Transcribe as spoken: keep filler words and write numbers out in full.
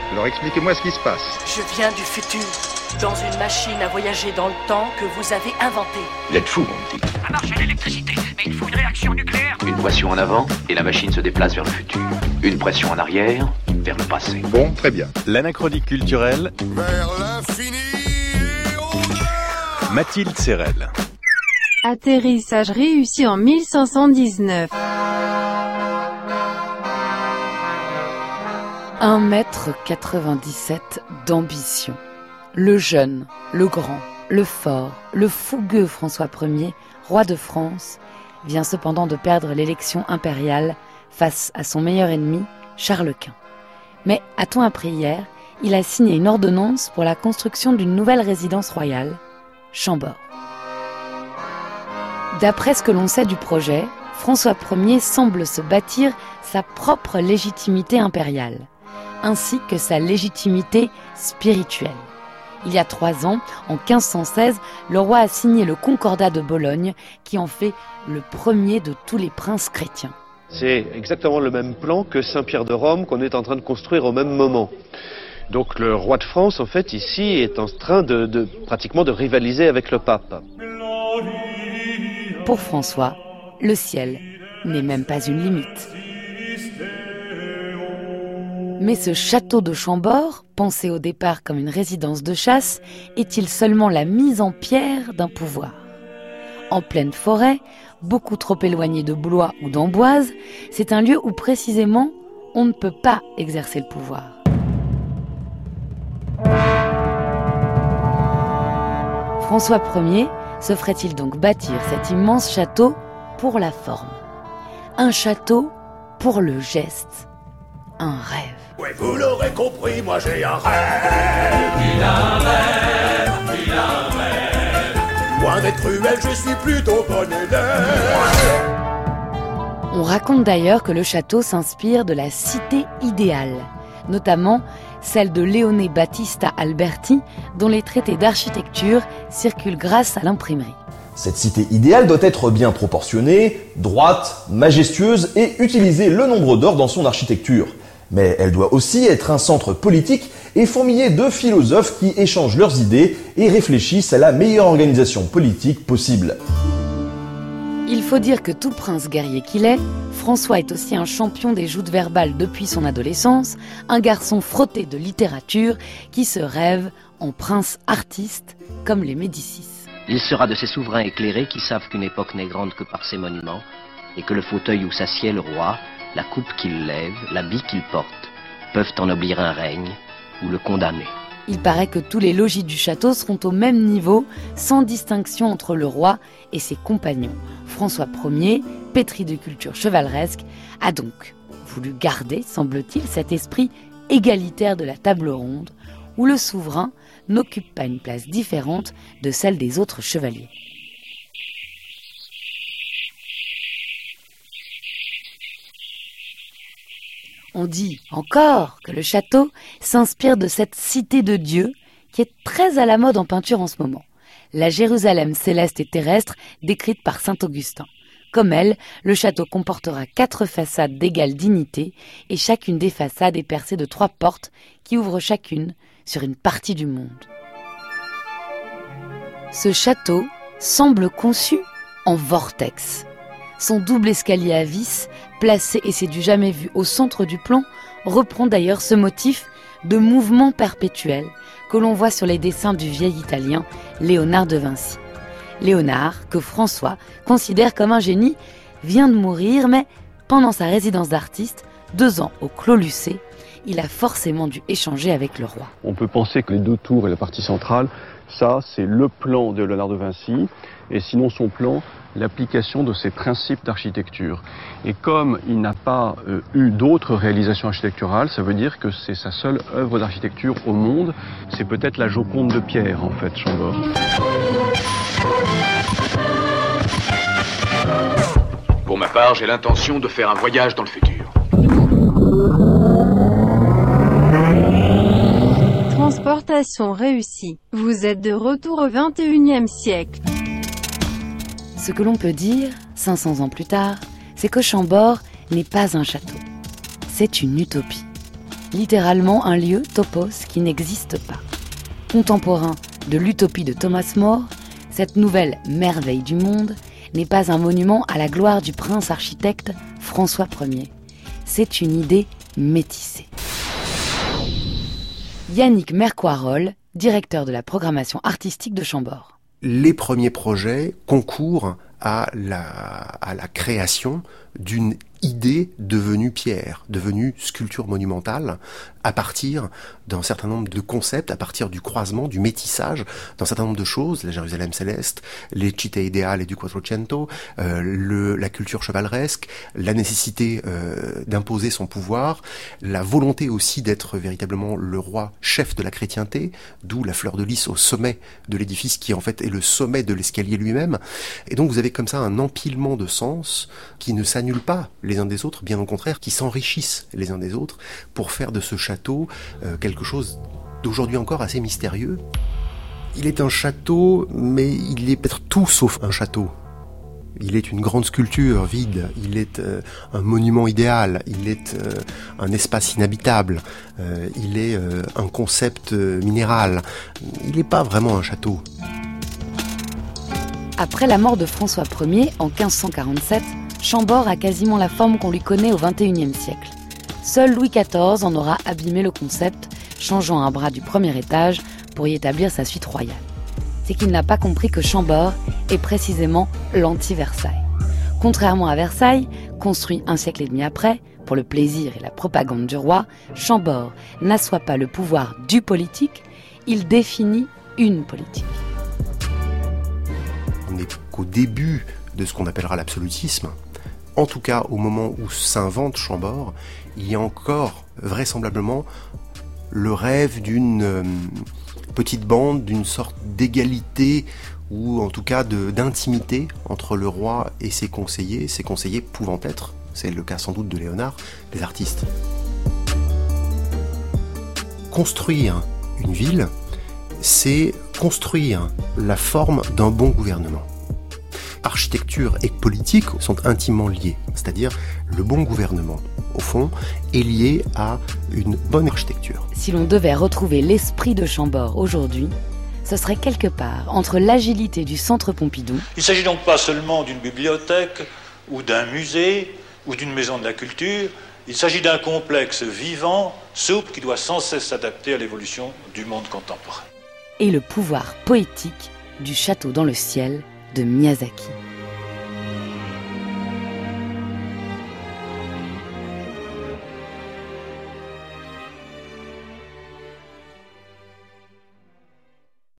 Alors expliquez-moi ce qui se passe. Je viens du futur, dans une machine à voyager dans le temps que vous avez inventée. Vous êtes fou, mon petit. Ça marche à l'électricité, mais il faut une réaction nucléaire. Une pression en avant, et la machine se déplace vers le futur. Une pression en arrière, vers le passé. Bon, très bien. L'anachronique culturelle. Vers l'infini et au-delà. Mathilde Serrel. Atterrissage réussi en mille cinq cent dix-neuf. un mètre quatre-vingt-dix-sept d'ambition. Le jeune, le grand, le fort, le fougueux François Ier, roi de France, vient cependant de perdre l'élection impériale face à son meilleur ennemi, Charles Quint. Mais, a-t-on appris hier, il a signé une ordonnance pour la construction d'une nouvelle résidence royale, Chambord. D'après ce que l'on sait du projet, François Ier semble se bâtir sa propre légitimité impériale, ainsi que sa légitimité spirituelle. Il y a trois ans, en quinze cent seize, le roi a signé le Concordat de Bologne, qui en fait le premier de tous les princes chrétiens. C'est exactement le même plan que Saint-Pierre de Rome qu'on est en train de construire au même moment. Donc le roi de France, en fait, ici, est en train de, de pratiquement de rivaliser avec le pape. Pour François, le ciel n'est même pas une limite. Mais ce château de Chambord, pensé au départ comme une résidence de chasse, est-il seulement la mise en pierre d'un pouvoir ? En pleine forêt, beaucoup trop éloigné de Blois ou d'Amboise, c'est un lieu où précisément on ne peut pas exercer le pouvoir. François Ier se ferait-il donc bâtir cet immense château pour la forme ? Un château pour le geste, un rêve. Ouais, vous l'aurez compris, moi j'ai un rêve. Il a un rêve, il a un rêve. Loin d'être cruel, je suis plutôt bon élève. On raconte d'ailleurs que le château s'inspire de la cité idéale, notamment celle de Leone Battista Alberti, dont les traités d'architecture circulent grâce à l'imprimerie. Cette cité idéale doit être bien proportionnée, droite, majestueuse et utiliser le nombre d'or dans son architecture. Mais elle doit aussi être un centre politique et fourmiller de philosophes qui échangent leurs idées et réfléchissent à la meilleure organisation politique possible. Il faut dire que tout prince guerrier qu'il est, François est aussi un champion des joutes verbales depuis son adolescence, un garçon frotté de littérature qui se rêve en prince artiste comme les Médicis. Il sera de ces souverains éclairés qui savent qu'une époque n'est grande que par ses monuments et que le fauteuil où s'assied le roi, la coupe qu'il lève, l'habit qu'il porte, peuvent ennoblir un règne ou le condamner. Il paraît que tous les logis du château seront au même niveau, sans distinction entre le roi et ses compagnons. François Ier, pétri de culture chevaleresque, a donc voulu garder, semble-t-il, cet esprit égalitaire de la table ronde, où le souverain n'occupe pas une place différente de celle des autres chevaliers. On dit encore que le château s'inspire de cette cité de Dieu qui est très à la mode en peinture en ce moment. La Jérusalem céleste et terrestre décrite par saint Augustin. Comme elle, le château comportera quatre façades d'égale dignité et chacune des façades est percée de trois portes qui ouvrent chacune sur une partie du monde. Ce château semble conçu en vortex. Son double escalier à vis, placé et c'est du jamais vu au centre du plan, reprend d'ailleurs ce motif de mouvement perpétuel que l'on voit sur les dessins du vieil Italien Léonard de Vinci. Léonard, que François considère comme un génie, vient de mourir, mais pendant sa résidence d'artiste, deux ans au Clos Lucé, il a forcément dû échanger avec le roi. On peut penser que les deux tours et la partie centrale, ça c'est le plan de Léonard de Vinci, et sinon son plan, l'application de ses principes d'architecture. Et comme il n'a pas euh, eu d'autres réalisations architecturales, ça veut dire que c'est sa seule œuvre d'architecture au monde. C'est peut-être la Joconde de pierre, en fait, Chambord. Pour ma part, j'ai l'intention de faire un voyage dans le futur. Transportation réussie. Vous êtes de retour au vingt et unième siècle. Ce que l'on peut dire, cinq cents ans plus tard, c'est que Chambord n'est pas un château. C'est une utopie. littéralement un lieu, topos, qui n'existe pas. Contemporain de l'utopie de Thomas More, cette nouvelle merveille du monde n'est pas un monument à la gloire du prince architecte François Ier. C'est une idée métissée. Yannick Mercoirol, directeur de la programmation artistique de Chambord. Les premiers projets concourent à la, à la création d'une idée devenue pierre, devenue sculpture monumentale, à partir d'un certain nombre de concepts, à partir du croisement, du métissage d'un certain nombre de choses, la Jérusalem céleste, les Città Ideali du Quattrocento, euh, le, la culture chevaleresque, la nécessité euh, d'imposer son pouvoir, la volonté aussi d'être véritablement le roi chef de la chrétienté, d'où la fleur de lys au sommet de l'édifice qui en fait est le sommet de l'escalier lui-même. Et donc vous avez comme ça un empilement de sens qui ne s'annulent pas les uns des autres, bien au contraire, qui s'enrichissent les uns des autres pour faire de ce château euh, quelque chose d'aujourd'hui encore assez mystérieux. Il est un château, mais il est peut-être tout sauf un château. Il est une grande sculpture vide, il est euh, un monument idéal, il est euh, un espace inhabitable, euh, il est euh, un concept euh, minéral. Il n'est pas vraiment un château. Après la mort de François Ier en quinze cent quarante-sept, Chambord a quasiment la forme qu'on lui connaît au vingt et unième siècle. Seul Louis quatorze en aura abîmé le concept, changeant un bras du premier étage pour y établir sa suite royale. C'est qu'il n'a pas compris que Chambord est précisément l'anti-Versailles. Contrairement à Versailles, construit un siècle et demi après, pour le plaisir et la propagande du roi, Chambord n'assoit pas le pouvoir du politique, il définit une politique. On n'est qu'au début de ce qu'on appellera l'absolutisme. En tout cas, au moment où s'invente Chambord, il y a encore vraisemblablement le rêve d'une euh, petite bande, d'une sorte d'égalité ou en tout cas de, d'intimité entre le roi et ses conseillers, ses conseillers pouvant être, c'est le cas sans doute de Léonard, des artistes. Construire une ville, c'est construire la forme d'un bon gouvernement. Architecture et politique sont intimement liés, c'est-à-dire le bon gouvernement, au fond, est lié à une bonne architecture. Si l'on devait retrouver l'esprit de Chambord aujourd'hui, ce serait quelque part entre l'agilité du Centre Pompidou. Il ne s'agit donc pas seulement d'une bibliothèque ou d'un musée ou d'une maison de la culture, il s'agit d'un complexe vivant, souple, qui doit sans cesse s'adapter à l'évolution du monde contemporain. Et le pouvoir poétique du château dans le ciel de Miyazaki.